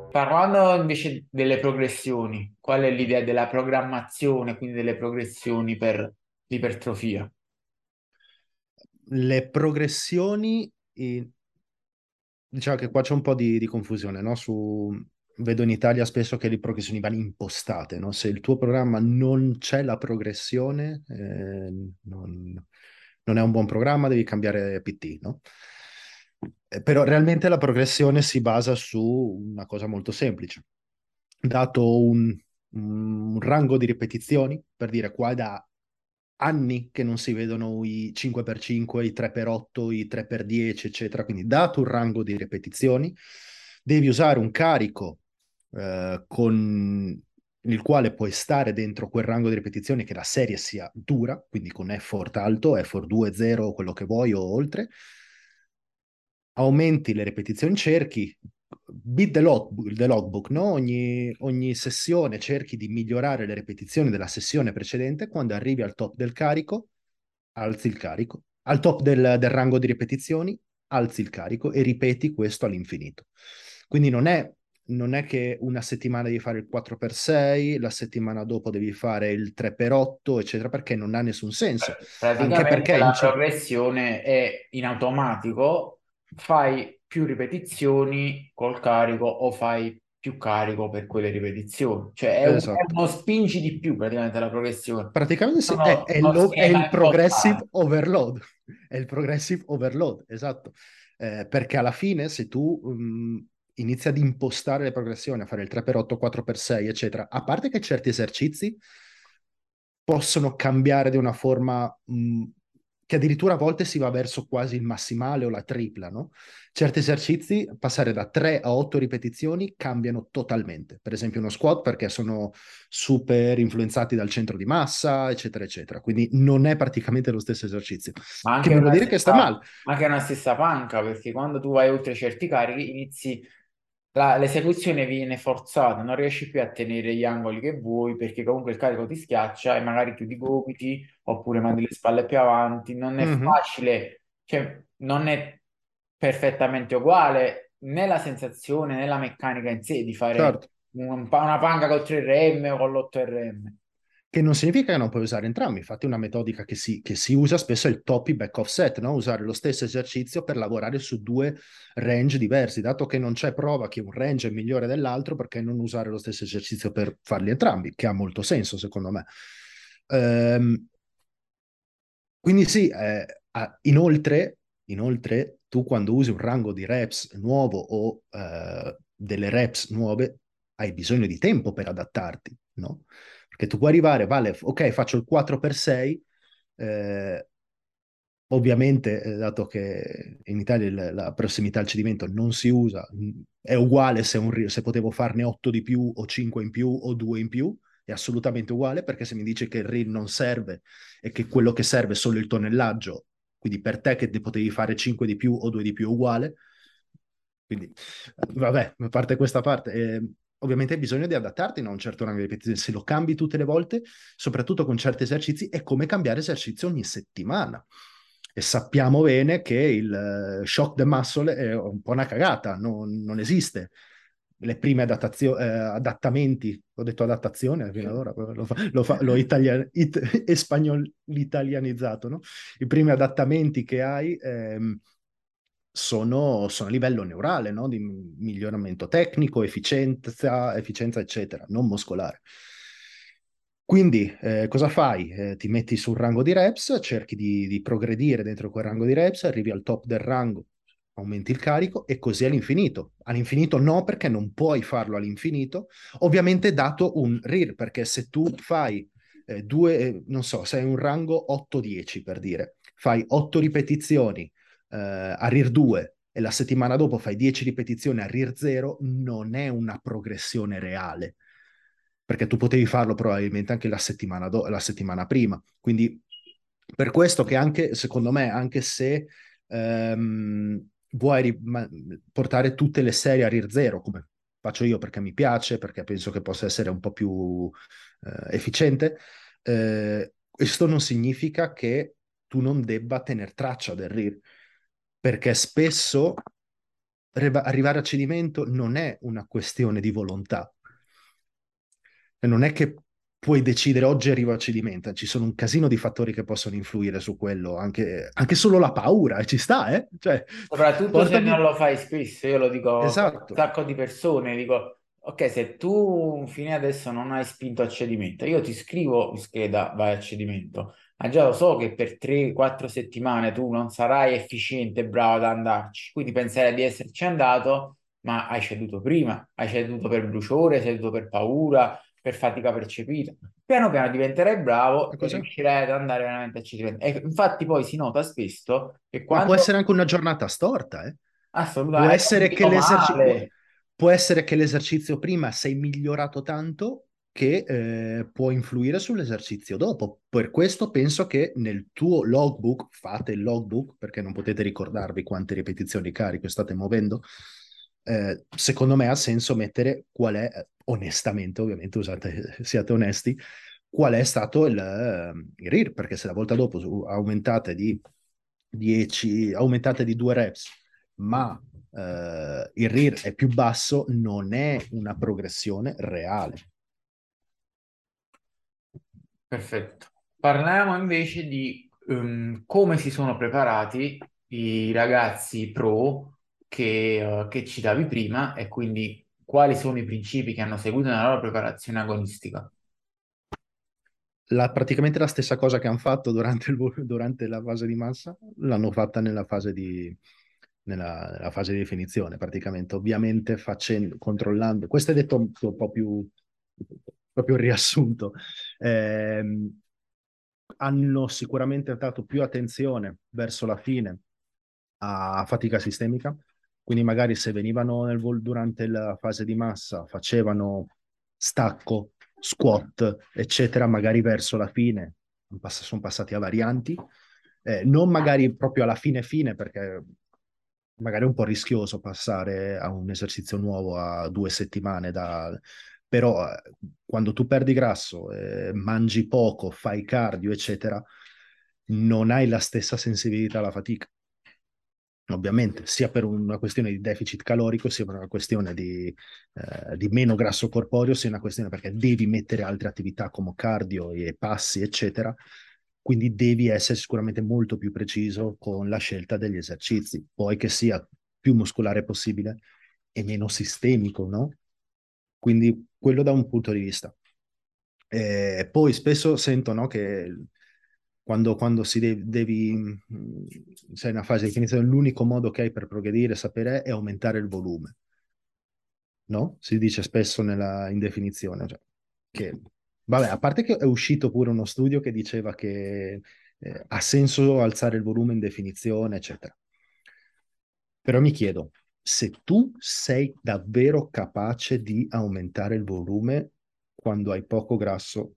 Parlando invece delle progressioni, qual è l'idea della programmazione, quindi delle progressioni per l'ipertrofia? Le progressioni, diciamo che qua c'è un po' di confusione, no? Vedo in Italia spesso che le progressioni vanno impostate, no? Se il tuo programma non c'è la progressione, non è un buon programma, devi cambiare PT, no? Però realmente la progressione si basa su una cosa molto semplice. Dato un rango di ripetizioni, per dire qua è da anni che non si vedono i 5x5, i 3x8, i 3x10, eccetera. Quindi, dato un rango di ripetizioni, devi usare un carico con il quale puoi stare dentro quel rango di ripetizioni che la serie sia dura, quindi con effort alto, effort 2, 0, quello che vuoi o oltre, aumenti le ripetizioni, cerchi, beat the logbook, no? Ogni sessione cerchi di migliorare le ripetizioni della sessione precedente, quando arrivi al top del carico, alzi il carico, al top del rango di ripetizioni, alzi il carico e ripeti questo all'infinito. Quindi non è che una settimana devi fare il 4x6, la settimana dopo devi fare il 3x8, eccetera, perché non ha nessun senso. Anche Praticamente perché la progressione è in automatico, fai più ripetizioni col carico o fai più carico per quelle ripetizioni. Cioè è Esatto. uno spingi di più praticamente la progressione. Praticamente sì, è, Sono è uno lo- è schema il progressive impostato. overload, è il progressive overload, esatto. Perché alla fine se tu inizi ad impostare le progressioni, a fare il 3x8, 4x6, eccetera, a parte che certi esercizi possono cambiare di una forma che addirittura a volte si va verso quasi il massimale o la tripla, no? Certi esercizi, passare da 3 a 8 ripetizioni, cambiano totalmente. Per esempio uno squat perché sono super influenzati dal centro di massa, eccetera, eccetera. Quindi non è praticamente lo stesso esercizio, Ma che anche non vuol una dire che sta stessa, male. anche una stessa panca, perché quando tu vai oltre certi carichi, inizi l'esecuzione viene forzata, non riesci più a tenere gli angoli che vuoi perché comunque il carico ti schiaccia e magari tu ti gomiti oppure mandi le spalle più avanti. Non è Mhm, facile, cioè non è perfettamente uguale né la sensazione né la meccanica in sé di fare certo. una panca col 3RM o con l'8RM. Che non significa che non puoi usare entrambi. Infatti, una metodica che si usa spesso è il topi back offset, no? Usare lo stesso esercizio per lavorare su due range diversi, dato che non c'è prova che un range è migliore dell'altro, perché non usare lo stesso esercizio per farli entrambi, che ha molto senso, secondo me. Ehm, quindi sì, inoltre, tu quando usi un rango di reps nuovo o delle reps nuove, hai bisogno di tempo per adattarti, no? Perché tu puoi arrivare, vale, ok, faccio il 4x6, eh, ovviamente, dato che in Italia la prossimità al cedimento non si usa, è uguale se potevo farne 8 di più o 5 in più o 2 in più, è assolutamente uguale, perché se mi dici che il reel non serve e che quello che serve è solo il tonnellaggio, quindi per te che ne potevi fare 5 di più o 2 di più è uguale, quindi vabbè, a parte questa parte, ovviamente hai bisogno di adattarti a un certo rango di ripetizioni, se lo cambi tutte le volte, soprattutto con certi esercizi, è come cambiare esercizio ogni settimana. E sappiamo bene che il shock the muscle è un po' una cagata, non esiste. Le prime adattamenti, ho detto adattazione fino ad ora, l'ho spagnol-italianizzato, no? I primi adattamenti che hai sono a livello neurale, no? Di miglioramento tecnico, efficienza, eccetera, non muscolare. Quindi, cosa fai? Ti metti sul rango di reps, cerchi di progredire dentro quel rango di reps, arrivi al top del rango, aumenti il carico e così all'infinito. All'infinito no, perché non puoi farlo all'infinito, ovviamente dato un RIR, perché se tu fai non so, sei un rango 8-10 per dire, fai 8 ripetizioni a RIR 2 e la settimana dopo fai 10 ripetizioni a RIR 0, non è una progressione reale, perché tu potevi farlo probabilmente anche la settimana prima. Quindi per questo che anche, secondo me, anche se vuoi portare tutte le serie a RIR 0, come faccio io perché mi piace, perché penso che possa essere un po' più efficiente, questo non significa che tu non debba tener traccia del RIR, perché spesso arrivare a cedimento non è una questione di volontà. E non è che puoi decidere oggi arrivo a cedimento, ci sono un casino di fattori che possono influire su quello, anche solo la paura, e ci sta, eh? Cioè, Soprattutto se non portami... lo fai spesso, io lo dico con un Esatto, sacco di persone, dico, ok, se tu fino adesso non hai spinto a cedimento, io ti scrivo in scheda, vai a cedimento, ma già lo so che per 3-4 settimane tu non sarai efficiente e bravo ad andarci, quindi penserai di esserci andato, ma hai ceduto prima, hai ceduto per bruciore, hai ceduto per paura, per fatica percepita. Piano piano diventerai bravo è e così. riuscirai ad andare veramente a cedimento. E infatti poi si nota spesso che Ma può quando essere anche una giornata storta, eh? Può assolutamente, hai essere che dormito male. può essere che l'esercizio prima sei migliorato tanto che può influire sull'esercizio dopo. Per questo penso che nel tuo logbook, fate il logbook perché non potete ricordarvi quante ripetizioni carico state muovendo. Secondo me ha senso mettere qual è, onestamente, ovviamente, siate onesti, qual è stato il RIR, perché se la volta dopo aumentate di 10, aumentate di 2 reps, ma il RIR è più basso, non è una progressione reale. Perfetto. Parliamo invece di come si sono preparati i ragazzi pro che citavi prima e quindi quali sono i principi che hanno seguito nella loro preparazione agonistica. Praticamente la stessa cosa che hanno fatto durante la fase di massa, l'hanno fatta nella fase di definizione, praticamente. Ovviamente controllando, questo è detto un po' più, proprio il riassunto. Ehm, Hanno sicuramente dato più attenzione verso la fine a fatica sistemica, quindi magari se venivano durante la fase di massa, facevano stacco, squat, eccetera, magari verso la fine sono passati a varianti, non magari proprio alla fine fine, perché magari è un po' rischioso passare a un esercizio nuovo a 2 settimane però quando tu perdi grasso, mangi poco, fai cardio, eccetera, non hai la stessa sensibilità alla fatica. Ovviamente, sia per una questione di deficit calorico, sia per una questione di meno grasso corporeo, sia una questione perché devi mettere altre attività come cardio e passi, eccetera. Quindi devi essere sicuramente molto più preciso con la scelta degli esercizi, poi che sia più muscolare possibile e meno sistemico, no? Quindi quello da un punto di vista. Poi spesso sento, no, che quando sei in una fase di definizione, l'unico modo che hai per progredire, sapere, è aumentare il volume, no? Si dice spesso in definizione, cioè, che, vabbè, a parte che è uscito pure uno studio che diceva che ha senso alzare il volume in definizione, eccetera. Però mi chiedo, se tu sei davvero capace di aumentare il volume quando hai poco grasso,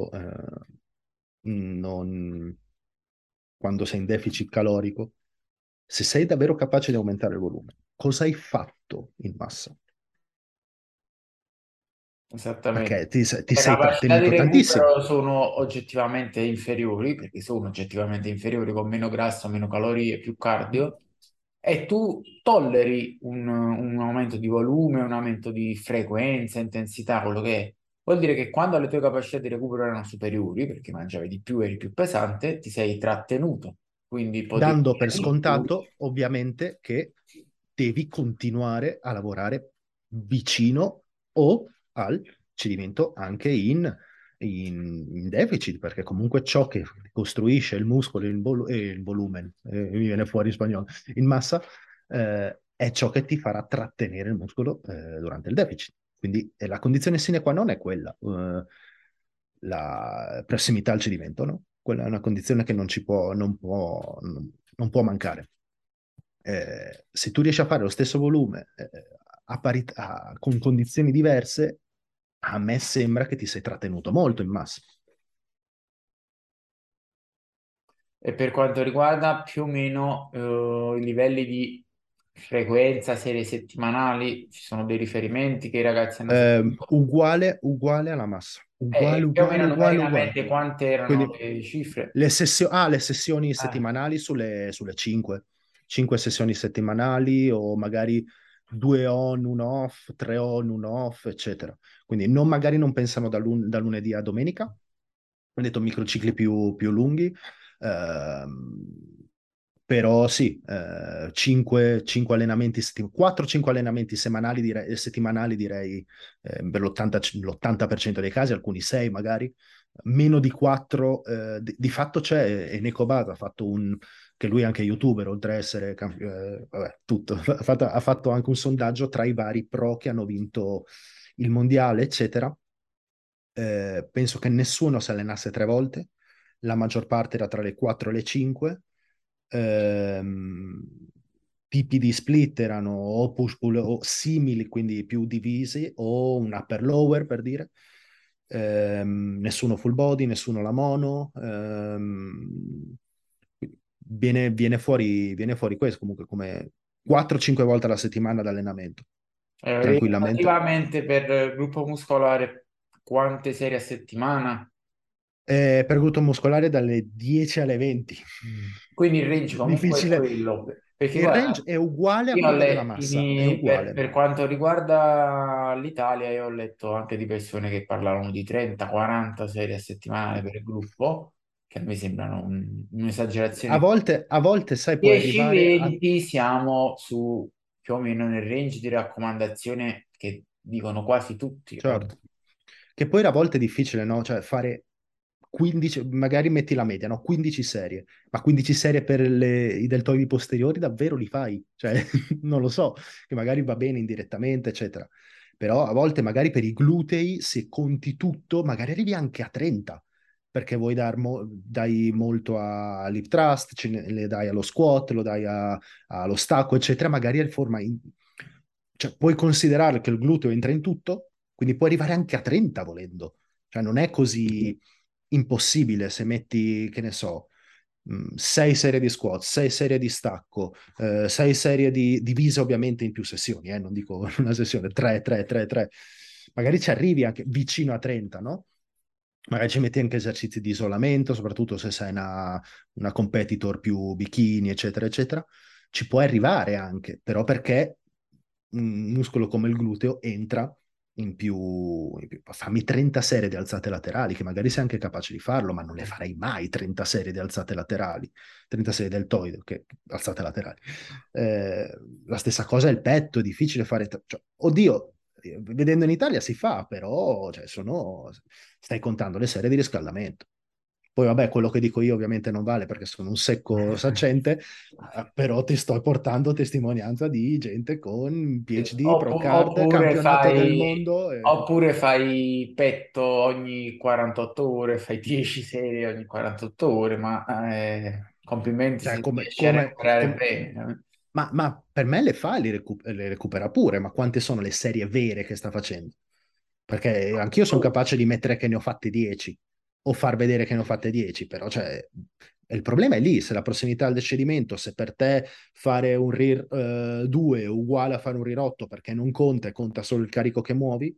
non, quando sei in deficit calorico, se sei davvero capace di aumentare il volume, cosa hai fatto in massa? Esattamente. Perché ti Le sei capacità di trattenuto tantissimo. recupero sono oggettivamente inferiori, perché sono oggettivamente inferiori con meno grasso, meno calorie e più cardio, e tu tolleri un aumento di volume, un aumento di frequenza, intensità, quello che è. Vuol dire che quando le tue capacità di recupero erano superiori, perché mangiavi di più, eri più pesante, ti sei trattenuto, quindi potevi Dando per fare di più. scontato, ovviamente, che devi continuare a lavorare vicino o al cedimento anche in deficit, perché comunque ciò che costruisce il muscolo e il volumen, mi viene fuori in spagnolo, in massa, è ciò che ti farà trattenere il muscolo durante il deficit. Quindi la condizione sine qua non è quella, la prossimità al cedimento, no? Quella è una condizione che non può mancare. Se tu riesci a fare lo stesso volume con condizioni diverse, a me sembra che ti sei trattenuto molto in massa. E per quanto riguarda più o meno i livelli di frequenza, serie settimanali, ci sono dei riferimenti che i ragazzi hanno seguito. Uguale alla massa, uguale, E più o uguale, meno uguale, uguale. numericamente quante erano Quindi le cifre? le sessioni Ah, settimanali sulle 5. 5 sessioni settimanali o magari 2 on, 1 off, 3 on, 1 off, eccetera. Quindi magari non pensano da lunedì a domenica, ho detto microcicli più lunghi, ehm, però sì, 5 allenamenti, 4-5 allenamenti settimanali direi per l'80% dei casi, alcuni 6 magari, meno di 4, di fatto c'è Eneko Bata, ha fatto che lui è anche youtuber, oltre a essere, vabbè, tutto, ha fatto anche un sondaggio tra i vari pro che hanno vinto il mondiale, eccetera. Penso che nessuno si allenasse 3 volte, la maggior parte era tra le 4 e le 5. Ehm, Tipi di split erano o push-pull o simili, quindi più divisi, o un upper-lower per dire. Nessuno full body, nessuno la mono. Viene fuori questo comunque come 4-5 volte alla settimana d'allenamento, tranquillamente. Relativamente per gruppo muscolare, quante serie a settimana? Per gluteo muscolare dalle 10 alle 20. Quindi il range comunque è Difficile. quello. Perché Il range guarda, è uguale a io ho quello della massa, è uguale. per quanto riguarda l'Italia, io ho letto anche di persone che parlavano di 30-40 serie a settimana per il gruppo, che a me sembrano A un'esagerazione. volte, a volte, sai, puoi arrivare a... 10-20 siamo su più o meno nel range di raccomandazione che dicono quasi tutti. Certo. Che poi a volte è difficile, no? Cioè fare 15, magari metti la media, no? 15 serie, ma 15 serie per i deltoidi posteriori davvero li fai? Cioè, non lo so, che magari va bene indirettamente, eccetera. Però a volte magari per i glutei, se conti tutto, magari arrivi anche a 30, perché vuoi dai molto a lip thrust, le dai allo squat, lo dai allo stacco, eccetera, magari è cioè, puoi considerare che il gluteo entra in tutto, quindi puoi arrivare anche a 30 volendo. Cioè non è così impossibile se metti, che ne so, 6 serie di squat, 6 serie di stacco, 6 serie divise ovviamente in più sessioni, non dico una sessione, 3, 3, 3, 3. Magari ci arrivi anche vicino a 30, no? Magari ci metti anche esercizi di isolamento, soprattutto se sei una competitor più bikini, eccetera, eccetera. Ci puoi arrivare anche, però perché un muscolo come il gluteo entra in più. Fammi 30 serie di alzate laterali, che magari sei anche capace di farlo, ma non le farai mai 30 serie di alzate laterali, 30 serie deltoide, che alzate laterali. La stessa cosa è il petto, è difficile fare... Cioè, oddio, vedendo in Italia si fa, però cioè, stai contando le serie di riscaldamento. Poi vabbè, quello che dico io ovviamente non vale perché sono un secco saccente, però ti sto portando testimonianza di gente con PhD, Pro Card, Oppure campionato del mondo. oppure fai petto ogni 48 ore, fai 10 serie ogni 48 ore, ma complimenti Cioè, se riesci a recuperare bene. ma per me le fa, le recupera pure, ma quante sono le serie vere che sta facendo? Perché anch'io sono capace di mettere che ne ho fatte 10 o far vedere che ne ho fatte 10, però cioè, il problema è lì, se la prossimità al decedimento, se per te fare un RIR 2 è uguale a fare un RIR 8 perché non conta e conta solo il carico che muovi,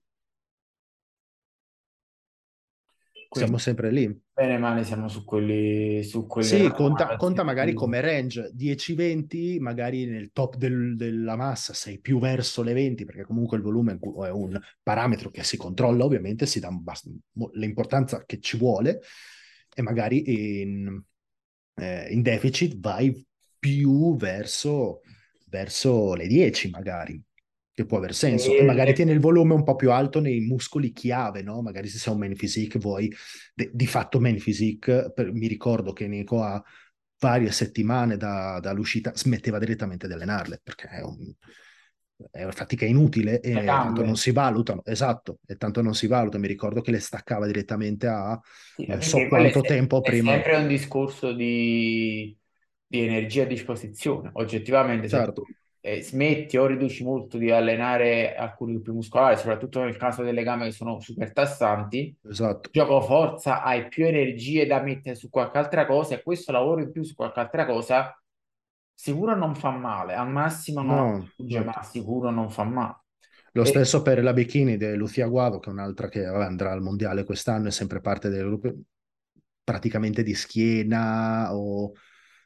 siamo Quindi, sempre lì. bene o male, siamo su quelle Sì, conta raccomandazioni magari lì. come range 10-20, magari nel top della massa sei più verso le 20, perché comunque il volume è un parametro che si controlla, ovviamente, si dà l'importanza che ci vuole, e magari in deficit vai più verso le 10, magari, che può aver senso. E magari E- tieni il volume un po' più alto nei muscoli chiave, no? Magari se sei un main physique vuoi di fatto main physique, mi ricordo che Nico ha varie settimane dall'uscita smetteva direttamente di allenarle perché è una fatica inutile le e tanto non gambe. si valutano, esatto, e tanto non si valuta. Mi ricordo che le staccava direttamente a Sì, non so perché quello quanto tempo è prima. sempre un discorso di energia a disposizione. Oggettivamente, se tu Certo, smetti o riduci molto di allenare alcuni gruppi muscolari, soprattutto nel caso delle gambe che sono super tassanti, esatto. gioco forza, hai più energie da mettere su qualche altra cosa e questo lavoro in più su qualche altra cosa sicuro non fa male, al massimo non No, distrugge, ma certo. sicuro non fa male. Lo E stesso per la bikini di Lucia Guado, che è un'altra che vabbè, andrà al mondiale quest'anno, è sempre parte del gruppo praticamente di schiena o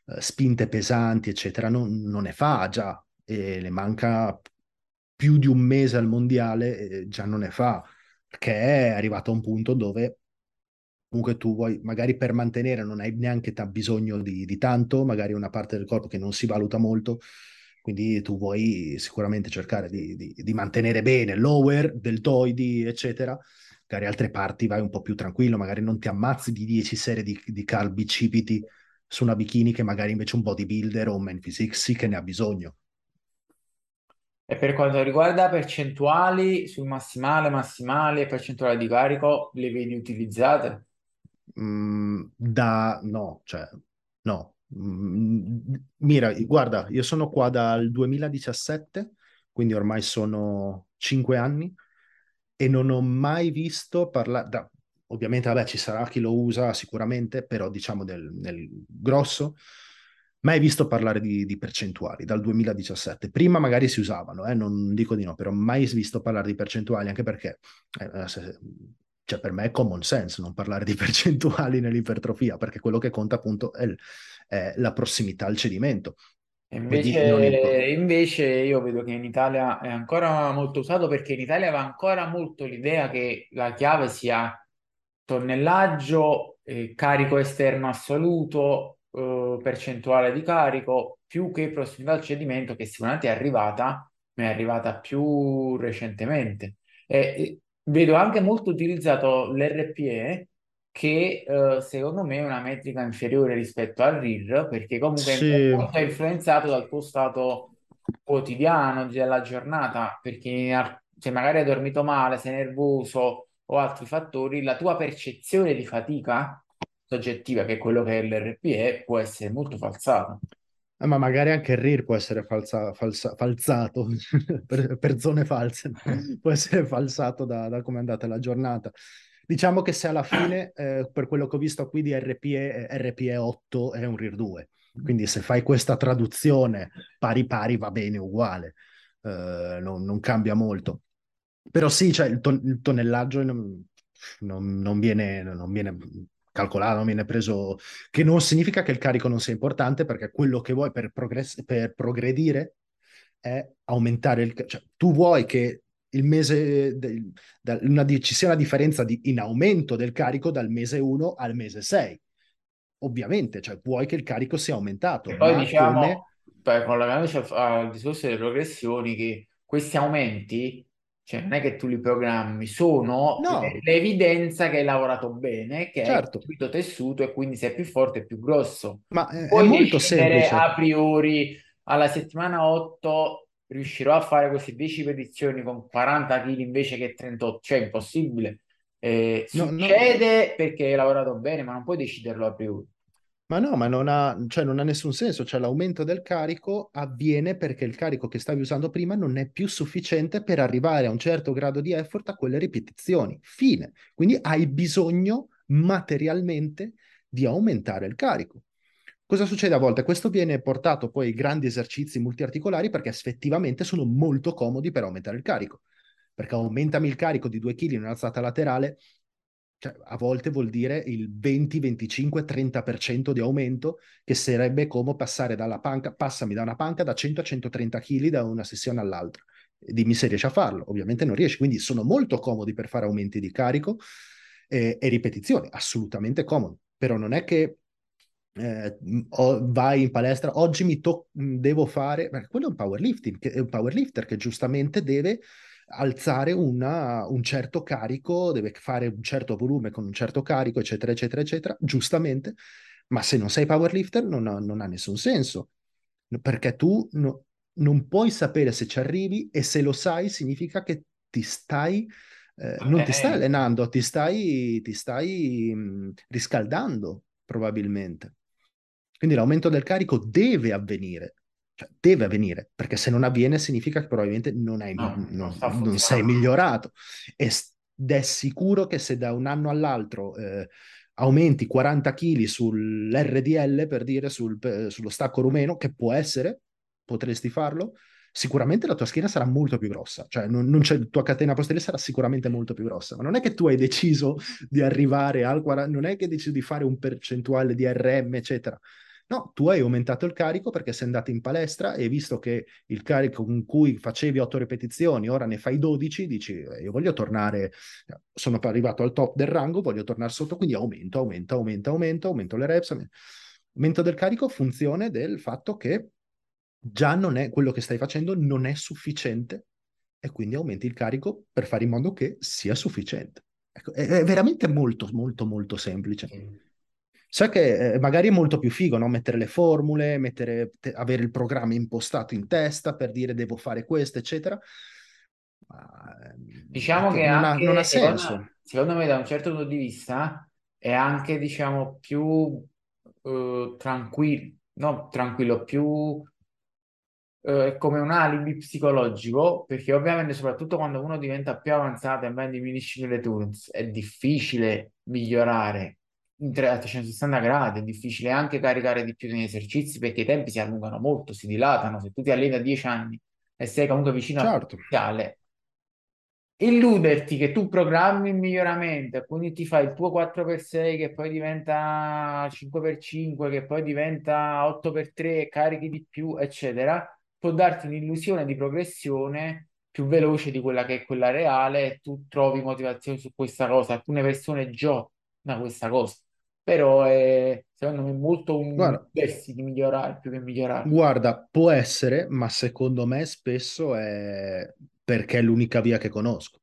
spinte pesanti, eccetera, non ne fa già, e le manca più di un mese al mondiale, e già non ne fa, perché è arrivato a un punto dove comunque tu vuoi, magari per mantenere non hai neanche bisogno di tanto, magari una parte del corpo che non si valuta molto, quindi tu vuoi sicuramente cercare di mantenere bene lower, deltoidi, eccetera. Magari altre parti vai un po' più tranquillo, magari non ti ammazzi di 10 serie di curl bicipiti su una bikini che magari invece un bodybuilder o un man physique sì che ne ha bisogno. E per quanto riguarda percentuali sul massimale, massimali e percentuale di carico, le vedi utilizzate? No, cioè, no. Mira, guarda, io sono qua dal 2017, quindi ormai sono 5 anni e non ho mai visto parlare, ovviamente, vabbè, ci sarà chi lo usa sicuramente, però diciamo nel grosso, mai visto parlare di percentuali dal 2017. Prima magari si usavano, non dico di no, però mai visto parlare di percentuali, anche perché cioè per me è common sense non parlare di percentuali nell'ipertrofia, perché quello che conta appunto è la prossimità al cedimento. E Quindi non importa. invece io vedo che in Italia è ancora molto usato perché in Italia va ancora molto l'idea che la chiave sia tonnellaggio, carico esterno assoluto, percentuale di carico, più che prossimità al cedimento, che sicuramente è arrivata, ma è arrivata più recentemente. Vedo anche molto utilizzato l'RPE, che secondo me è una metrica inferiore rispetto al RIR, perché comunque è Sì, molto influenzato dal tuo stato quotidiano della giornata, perché se magari hai dormito male, sei nervoso o altri fattori, la tua percezione di fatica soggettiva, che è quello che è l'RPE, può essere molto falsata. ma magari anche il RIR può essere falsato per zone false, può essere falsato da come è andata la giornata. Diciamo che se alla fine, per quello che ho visto qui di RPE, RPE 8 è un RIR 2. Quindi se fai questa traduzione pari pari va bene uguale. Non cambia molto. Però sì, cioè il tonnellaggio non viene calcolato, non viene preso, che non significa che il carico non sia importante, perché quello che vuoi per progredire è aumentare cioè, tu vuoi che il mese, ci sia una differenza in aumento del carico dal mese 1 al mese 6. Ovviamente, cioè vuoi che il carico sia aumentato, E poi ma come? diciamo, collegandoci al discorso delle progressioni, che questi aumenti, cioè non è che tu li programmi, sono No, l'evidenza che hai lavorato bene, che hai certo, costruito tessuto e quindi sei più forte e più grosso. ma è Puoi molto decidere semplice. a priori, alla settimana 8 riuscirò a fare queste 10 ripetizioni con 40 kg invece che 38, cioè è impossibile. No, no, Succede perché hai lavorato bene, ma non puoi deciderlo a priori. ma no, ma cioè non ha nessun senso, cioè l'aumento del carico avviene perché il carico che stavi usando prima non è più sufficiente per arrivare a un certo grado di effort a quelle ripetizioni. Fine. Quindi hai bisogno materialmente di aumentare il carico. Cosa succede a volte? Questo viene portato poi ai grandi esercizi multiarticolari perché effettivamente sono molto comodi per aumentare il carico. Perché aumentami il carico di 2 kg in un'alzata laterale, cioè, a volte vuol dire il 20, 25, 30% di aumento, che sarebbe come passare dalla panca, passami da una panca da 100 a 130 kg da una sessione all'altra. Dimmi se riesci a farlo. Ovviamente non riesci, quindi sono molto comodi per fare aumenti di carico e ripetizioni, assolutamente comodi. Però non è che vai in palestra, oggi devo fare, perché quello è un powerlifting, è un powerlifter che giustamente deve alzare un certo carico, deve fare un certo volume con un certo carico, eccetera, eccetera, eccetera, giustamente, ma se non sei powerlifter non ha nessun senso, perché tu non puoi sapere se ci arrivi e se lo sai significa che non ti stai Eh, allenando, ti stai riscaldando probabilmente. Quindi l'aumento del carico deve avvenire, cioè deve avvenire, perché se non avviene significa che probabilmente no, non sta non sei funzionando. migliorato. Ed è sicuro che se da un anno all'altro aumenti 40 kg sull'RDL, per dire, sullo stacco rumeno, che può essere, potresti farlo, sicuramente la tua schiena sarà molto più grossa, cioè non c'è, la tua catena posteriore sarà sicuramente molto più grossa, ma non è che tu hai deciso di arrivare al 40, non è che decidi di fare un percentuale di RM, eccetera. No, tu hai aumentato il carico perché sei andato in palestra e visto che il carico con cui facevi 8 ripetizioni, ora ne fai 12, dici io voglio tornare, sono arrivato al top del rango, voglio tornare sotto, quindi aumento le reps, aumento del carico, funzione del fatto che già non è quello che stai facendo, non è sufficiente e quindi aumenti il carico per fare in modo che sia sufficiente. Ecco, è veramente molto, molto, molto semplice. Sì. Sai che magari è molto più figo, no? Mettere le formule, avere il programma impostato in testa per dire devo fare questo, eccetera. Ma, Diciamo che non ha anche, senso. secondo me, da un certo punto di vista, è anche, diciamo, più tranquillo, no, tranquillo, più è come un alibi psicologico, perché ovviamente, soprattutto quando uno diventa più avanzato e va in diminishing returns, è difficile migliorare a 360 gradi, è difficile anche caricare di più negli esercizi perché i tempi si allungano molto, si dilatano. Se tu ti alleni a 10 anni e sei comunque vicino al Certo. potenziale, illuderti che tu programmi il miglioramento e quindi ti fai il tuo 4x6 che poi diventa 5x5, che poi diventa 8x3 e carichi di più, eccetera, può darti un'illusione di progressione più veloce di quella che è quella reale e tu trovi motivazione su questa cosa. Alcune persone giocano a questa cosa, però è secondo me molto un Guarda, illudersi di migliorare più che migliorare. guarda, può essere, ma secondo me spesso è perché è l'unica via che conosco.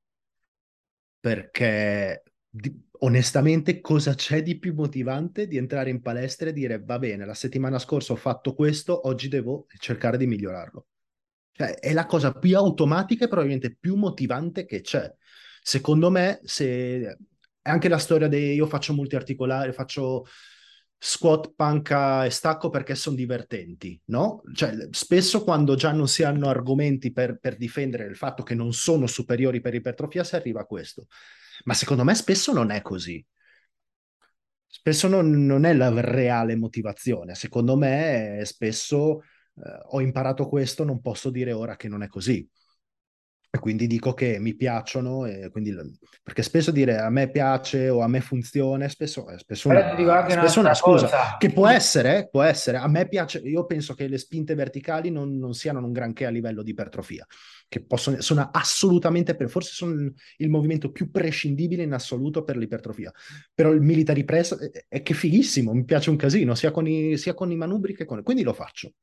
Perché onestamente cosa c'è di più motivante di entrare in palestra e dire va bene, la settimana scorsa ho fatto questo, oggi devo cercare di migliorarlo. Cioè, è la cosa più automatica e probabilmente più motivante che c'è. Secondo me, se è anche la storia dei io faccio multiarticolare, faccio squat, panca e stacco perché sono divertenti, no? Cioè, spesso quando già non si hanno argomenti per difendere il fatto che non sono superiori per ipertrofia, si arriva a questo. Ma secondo me spesso non è così. Spesso non è la reale motivazione. Secondo me, spesso ho imparato questo, non posso dire ora che non è così. E quindi dico che mi piacciono, e quindi, perché spesso dire a me piace o a me funziona Però ti dico anche spesso è una un'altra scusa, cosa. che può essere, a me piace, io penso che le spinte verticali non siano un granché a livello di ipertrofia, che sono assolutamente, forse sono il movimento più prescindibile in assoluto per l'ipertrofia, però il military press è che fighissimo, mi piace un casino, sia con i manubri che con... Quindi lo faccio.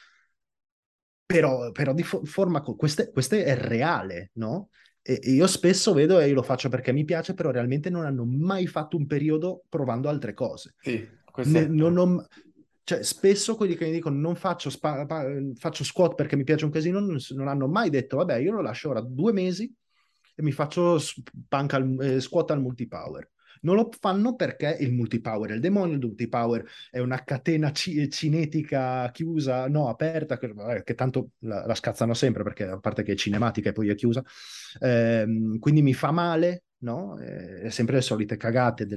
Però di forma, queste è reale, no? E io spesso vedo e io lo faccio perché mi piace, però realmente non hanno mai fatto un periodo provando altre cose. Sì, questo è vero. Cioè, spesso quelli che mi dicono non faccio, faccio squat perché mi piace un casino, non hanno mai detto, vabbè, io lo lascio ora 2 mesi e mi faccio squat al multipower. Non lo fanno perché il multipower è il demonio, il multipower è una catena cinetica chiusa, no, aperta, che tanto la scazzano sempre perché a parte che è cinematica e poi è chiusa, quindi mi fa male, no? È sempre le solite cagate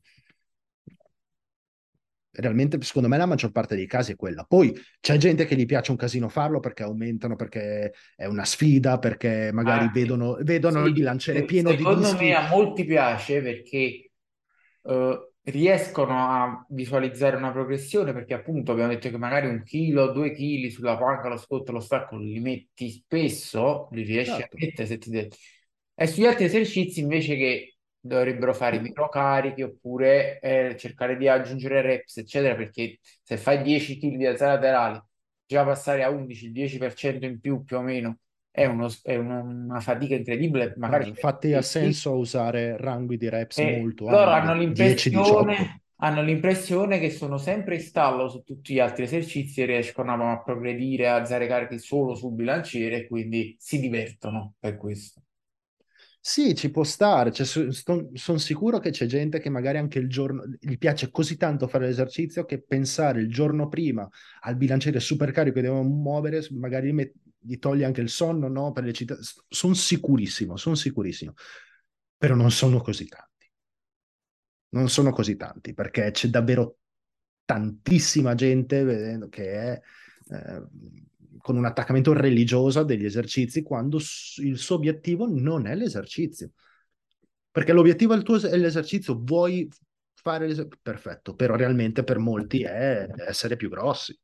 realmente secondo me la maggior parte dei casi è quella. Poi c'è gente che gli piace un casino farlo perché aumentano, perché è una sfida, perché magari Anche. vedono il Sì, bilanciere pieno di secondo me dischi. a molti piace perché riescono a visualizzare una progressione perché appunto abbiamo detto che magari 1 chilo, 2 chili sulla panca, lo squat, lo stacco li metti spesso, li riesci a Certo. mettere se ti e sugli altri esercizi invece che dovrebbero fare i microcarichi oppure cercare di aggiungere reps eccetera perché se fai 10 kg di alzata laterali già passare a 11, il 10% in più o meno una fatica incredibile, No, magari ci metti infatti ha mesi, senso usare ranghi di reps e molto loro ampi, 10-18. hanno l'impressione che sono sempre in stallo su tutti gli altri esercizi e riescono a progredire, a alzare carichi solo sul bilanciere e quindi si divertono per questo. Sì, ci può stare, cioè, sono sicuro che c'è gente che magari anche il giorno gli piace così tanto fare l'esercizio che pensare il giorno prima al bilanciere super carico che devono muovere, magari gli toglie anche il sonno, no? Per le città. Sono sicurissimo, però non sono così tanti. Non sono così tanti perché c'è davvero tantissima gente che è eh, con un attaccamento religioso a degli esercizi quando il suo obiettivo non è l'esercizio. Perché l'obiettivo è è l'esercizio, vuoi fare, perfetto, però realmente per molti è essere più grossi.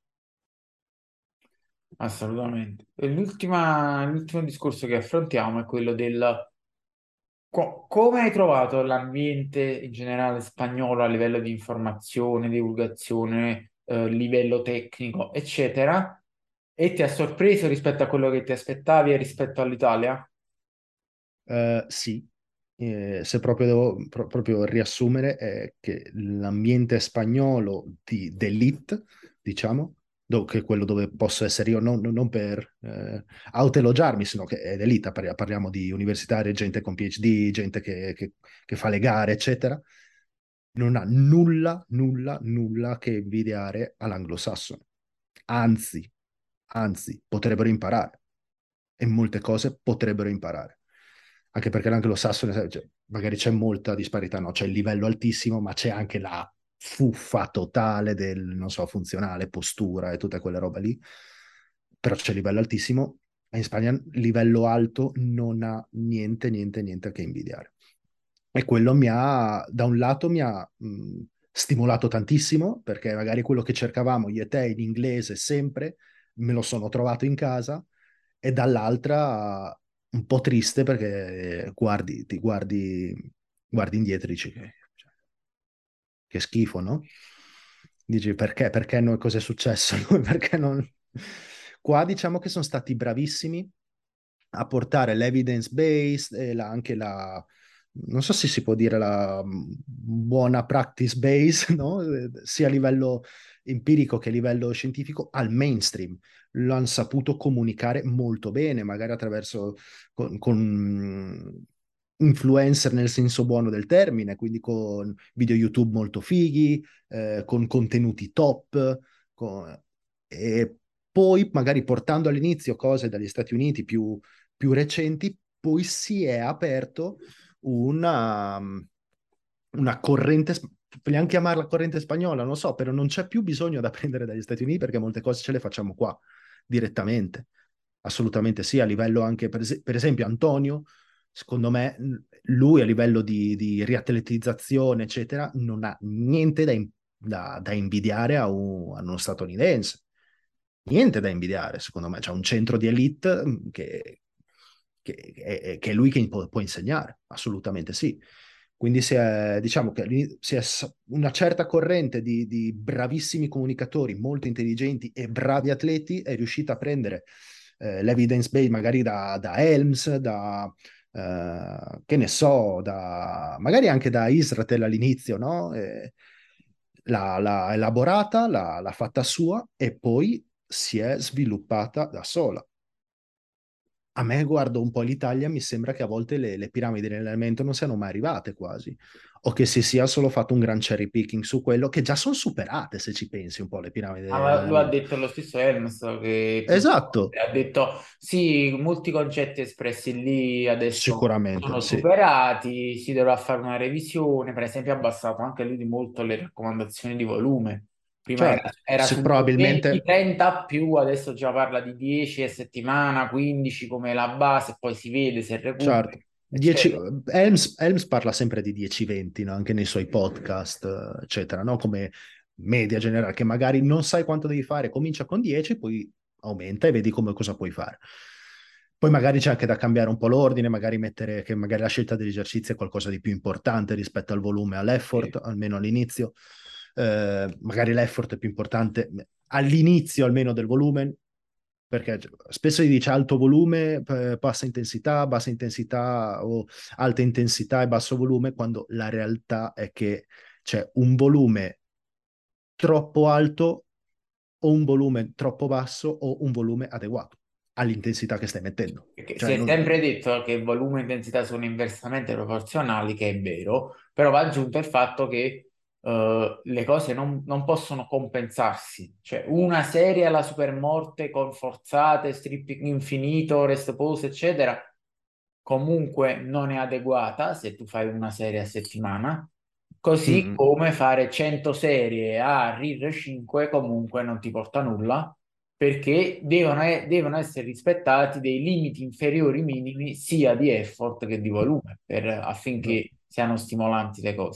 Assolutamente. E l'ultimo discorso che affrontiamo è quello del come hai trovato l'ambiente in generale spagnolo a livello di informazione, divulgazione, livello tecnico, eccetera, e ti ha sorpreso rispetto a quello che ti aspettavi e rispetto all'Italia? Sì, se proprio devo proprio riassumere, è che l'ambiente spagnolo d'elite, diciamo, che è quello dove posso essere io, non per autoelogiarmi, sino che è d'elite, parliamo di universitari, gente con PhD, gente che fa le gare, eccetera, non ha nulla che invidiare all'anglosassone. Anzi, anzi, potrebbero imparare e molte cose potrebbero imparare. Anche perché l'anglosassone, cioè, magari c'è molta disparità, no? C'è il livello altissimo, ma c'è anche la fuffa totale del, non so, funzionale, postura e tutte quelle robe lì. Però c'è il livello altissimo e in Spagna il livello alto non ha niente che invidiare. E quello da un lato mi ha stimolato tantissimo, perché magari quello che cercavamo io e te in inglese sempre, me lo sono trovato in casa, e dall'altra un po' triste perché guardi indietro e dici che schifo, no? Dici perché? Perché noi cos'è successo? Perché non... Qua diciamo che sono stati bravissimi a portare l'evidence based e anche non so se si può dire la buona practice base, no? Sia a livello empirico che a livello scientifico al mainstream. Lo hanno saputo comunicare molto bene, magari attraverso con influencer nel senso buono del termine, quindi con video YouTube molto fighi, con contenuti top, e poi magari portando all'inizio cose dagli Stati Uniti più recenti, poi si è aperto una, una corrente, vogliamo chiamarla corrente spagnola, non so, però non c'è più bisogno da prendere dagli Stati Uniti perché molte cose ce le facciamo qua direttamente. Assolutamente sì, a livello anche, per esempio, Antonio, secondo me, lui a livello di riatletizzazione, eccetera, non ha niente da invidiare a uno statunitense. Niente da invidiare, secondo me. C'è un centro di elite che è lui che può insegnare, assolutamente sì. Quindi diciamo che una certa corrente di bravissimi comunicatori, molto intelligenti e bravi atleti è riuscita a prendere l'evidence base magari da Helms, che ne so, magari anche da Israel all'inizio, no? L'ha elaborata, l'ha fatta sua e poi si è sviluppata da sola. A me, guardo un po' l'Italia, mi sembra che a volte le piramidi dell'elemento non siano mai arrivate quasi, o che si sia solo fatto un gran cherry picking su quello, che già sono superate, se ci pensi un po' le piramidi Lo ha dell'elemento. detto lo stesso Hermes che più Esatto, volte ha detto sì, molti concetti espressi lì adesso sicuramente, sono sì. superati, si dovrà fare una revisione, per esempio ha abbassato anche lui di molto le raccomandazioni di volume. Prima Certo, era se su probabilmente, 20-30 più, adesso già parla di 10 a settimana, 15 come la base, poi si vede se recupera, certo, eccetera. Helms parla sempre di 10-20, no? Anche nei suoi podcast, eccetera, no? Come media generale, che magari non sai quanto devi fare, comincia con 10, poi aumenta e vedi come cosa puoi fare. Poi magari c'è anche da cambiare un po' l'ordine, magari mettere che magari la scelta degli esercizi è qualcosa di più importante rispetto al volume, all'effort, Sì. almeno all'inizio. Magari l'effort è più importante all'inizio almeno del volume, perché spesso si dice alto volume, bassa intensità o alta intensità e basso volume, quando la realtà è che c'è un volume troppo alto o un volume troppo basso o un volume adeguato all'intensità che stai mettendo. Perché si Cioè, è sempre detto che volume e intensità sono inversamente proporzionali, che è vero, però va aggiunto il fatto che le cose non possono compensarsi. Cioè, una serie alla supermorte con forzate, stripping infinito, rest pause, eccetera, comunque non è adeguata se tu fai una serie a settimana, così mm, come fare 100 serie a RIR 5 comunque non ti porta a nulla perché devono essere rispettati dei limiti inferiori minimi sia di effort che di volume mm, affinché siano stimolanti le cose.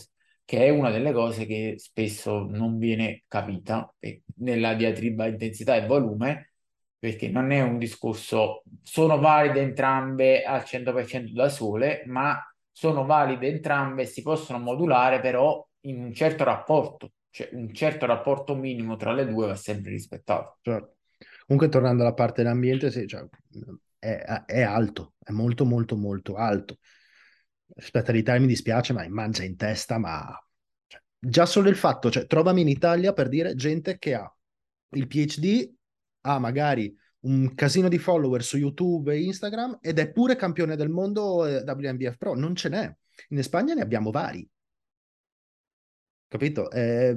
che è una delle cose che spesso non viene capita nella diatriba intensità e volume, perché non è un discorso, sono valide entrambe al 100% da sole, ma sono valide entrambe e si possono modulare però in un certo rapporto, cioè un certo rapporto minimo tra le due va sempre rispettato. Cioè, comunque tornando alla parte dell'ambiente, sì, cioè, è alto, è molto molto molto alto. Rispetto all'Italia mi dispiace, ma mangia in testa, ma cioè, già solo il fatto, cioè, trovami in Italia per dire gente che ha il PhD, ha magari un casino di follower su YouTube e Instagram ed è pure campione del mondo WNBF Pro, non ce n'è. In Spagna ne abbiamo vari, capito?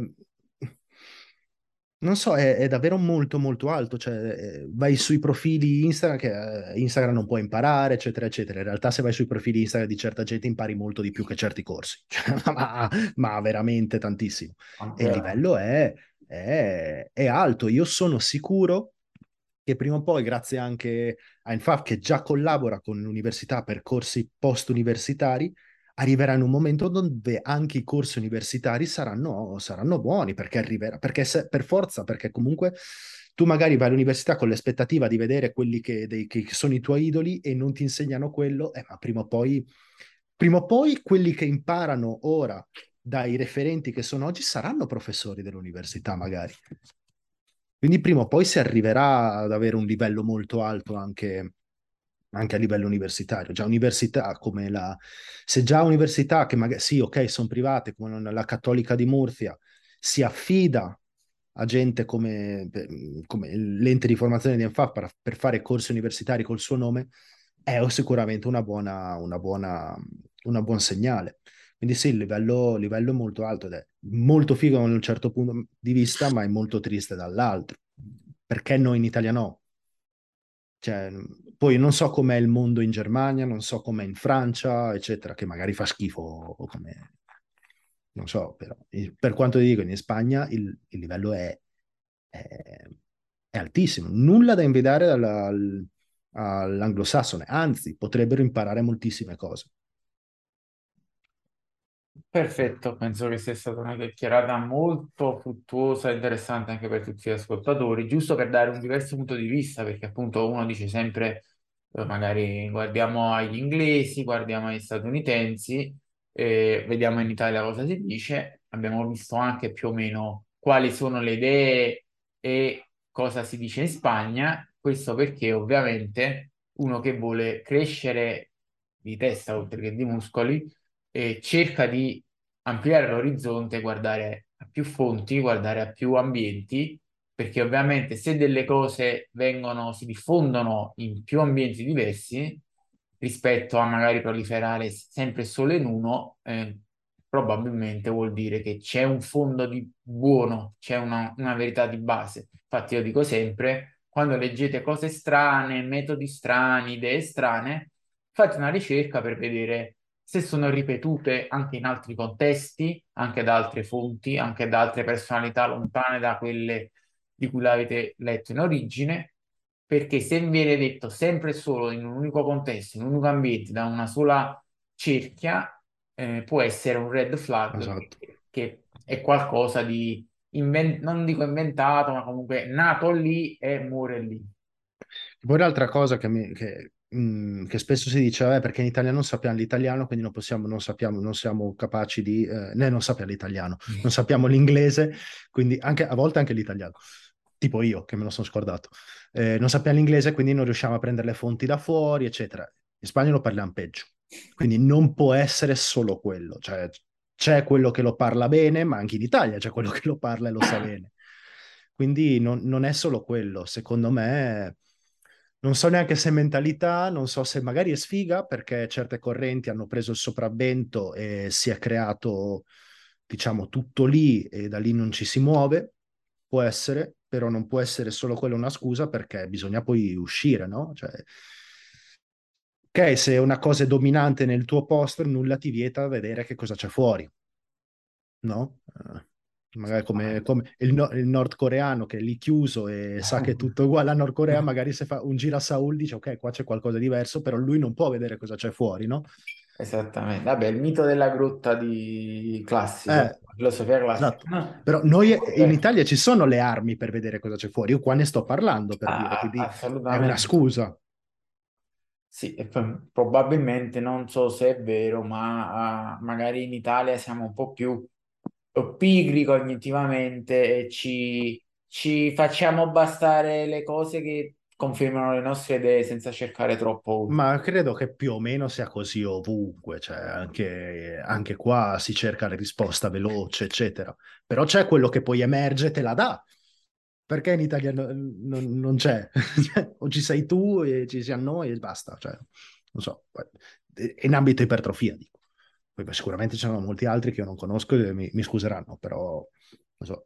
Non so, è davvero molto molto alto, cioè vai sui profili Instagram, che Instagram non può imparare, eccetera, eccetera. In realtà se vai sui profili Instagram di certa gente impari molto di più che certi corsi, cioè, ma veramente tantissimo. E Anche, il livello è alto. Io sono sicuro che prima o poi, grazie anche a Infaf, che già collabora con l'università per corsi post-universitari, arriverà in un momento dove anche i corsi universitari saranno buoni, perché arriverà, perché per forza, perché comunque tu magari vai all'università con l'aspettativa di vedere quelli che sono i tuoi idoli e non ti insegnano quello, ma prima o poi quelli che imparano ora dai referenti che sono oggi saranno professori dell'università magari. Quindi prima o poi si arriverà ad avere un livello molto alto anche a livello universitario. Già università come la... Se già università che magari sì, ok, sono private, come la Cattolica di Murcia, si affida a gente come l'ente di formazione di ENFA per fare corsi universitari col suo nome, è sicuramente una buon segnale. Quindi sì, il livello è molto alto ed è molto figo da un certo punto di vista, ma è molto triste dall'altro. Perché noi in Italia no? Cioè, poi non so com'è il mondo in Germania, non so com'è in Francia, eccetera, che magari fa schifo o come... Non so, però per quanto ti dico, in Spagna il livello è- è altissimo. Nulla da invidiare all'anglosassone, anzi, potrebbero imparare moltissime cose. perfetto, penso che sia stata una chiacchierata molto fruttuosa e interessante anche per tutti gli ascoltatori, giusto per dare un diverso punto di vista, perché appunto uno dice sempre, magari guardiamo agli inglesi, guardiamo agli statunitensi, vediamo in Italia cosa si dice, abbiamo visto anche più o meno quali sono le idee e cosa si dice in Spagna, questo perché ovviamente uno che vuole crescere di testa oltre che di muscoli cerca di ampliare l'orizzonte, guardare a più fonti, guardare a più ambienti, perché ovviamente se delle cose vengono, si diffondono in più ambienti diversi, rispetto a magari proliferare sempre e solo in uno, probabilmente vuol dire che c'è un fondo di buono, c'è una verità di base. Infatti io dico sempre, quando leggete cose strane, metodi strani, idee strane, fate una ricerca per vedere se sono ripetute anche in altri contesti, anche da altre fonti, anche da altre personalità lontane da quelle di cui l'avete letto in origine, perché se viene detto sempre e solo in un unico contesto, in un unico ambiente, da una sola cerchia, può essere un red flag Esatto. che è qualcosa di, non dico inventato, ma comunque nato lì e muore lì. Poi l'altra cosa che spesso si dice è perché in Italia non sappiamo l'italiano, quindi non sappiamo, non siamo capaci di... né non sappiamo l'italiano, non sappiamo l'inglese, quindi anche, a volte anche l'italiano. Tipo io, che me lo sono scordato. Non sappiamo l'inglese, quindi non riusciamo a prendere le fonti da fuori, eccetera. In Spagna lo parliamo peggio. Quindi non può essere solo quello. Cioè, c'è quello che lo parla bene, ma anche in Italia c'è quello che lo parla e lo sa bene. Quindi non è solo quello. Secondo me, non so neanche se è mentalità, non so se magari è sfiga, perché certe correnti hanno preso il sopravvento e si è creato, diciamo, tutto lì e da lì non ci si muove. Può essere, però non può essere solo quella una scusa perché bisogna poi uscire, no? Cioè, ok, se una cosa è dominante nel tuo posto, nulla ti vieta vedere che cosa c'è fuori, no? Magari come il nordcoreano che è lì chiuso e sa che è tutto uguale a Nord Corea, magari se fa un giro a Seoul dice ok, qua c'è qualcosa di diverso, però lui non può vedere cosa c'è fuori, no? Esattamente. Vabbè, il mito della grotta di classico, Eh, filosofia classica. esatto. No, Però noi in comunque, Italia ci sono le armi per vedere cosa c'è fuori. Io qua ne sto parlando per dire, quindi è una assolutamente. scusa. Sì, e poi probabilmente non so se è vero, ma magari in Italia siamo un po' più pigri cognitivamente e ci facciamo bastare le cose che confermano le nostre idee senza cercare troppo oltre. Ma credo che più o meno sia così ovunque, cioè anche qua si cerca la risposta veloce, eccetera. Però c'è quello che poi emerge e te la dà. Perché in Italia non c'è? Cioè, o ci sei tu e ci siamo noi e basta. Cioè, non so, in ambito ipertrofia, dico. Poi beh, sicuramente ci sono molti altri che io non conosco e mi scuseranno, però non so.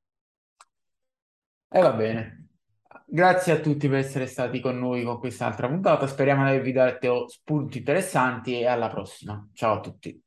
E va bene. Grazie a tutti per essere stati con noi con quest'altra puntata. Speriamo di avervi dato spunti interessanti e alla prossima. Ciao a tutti.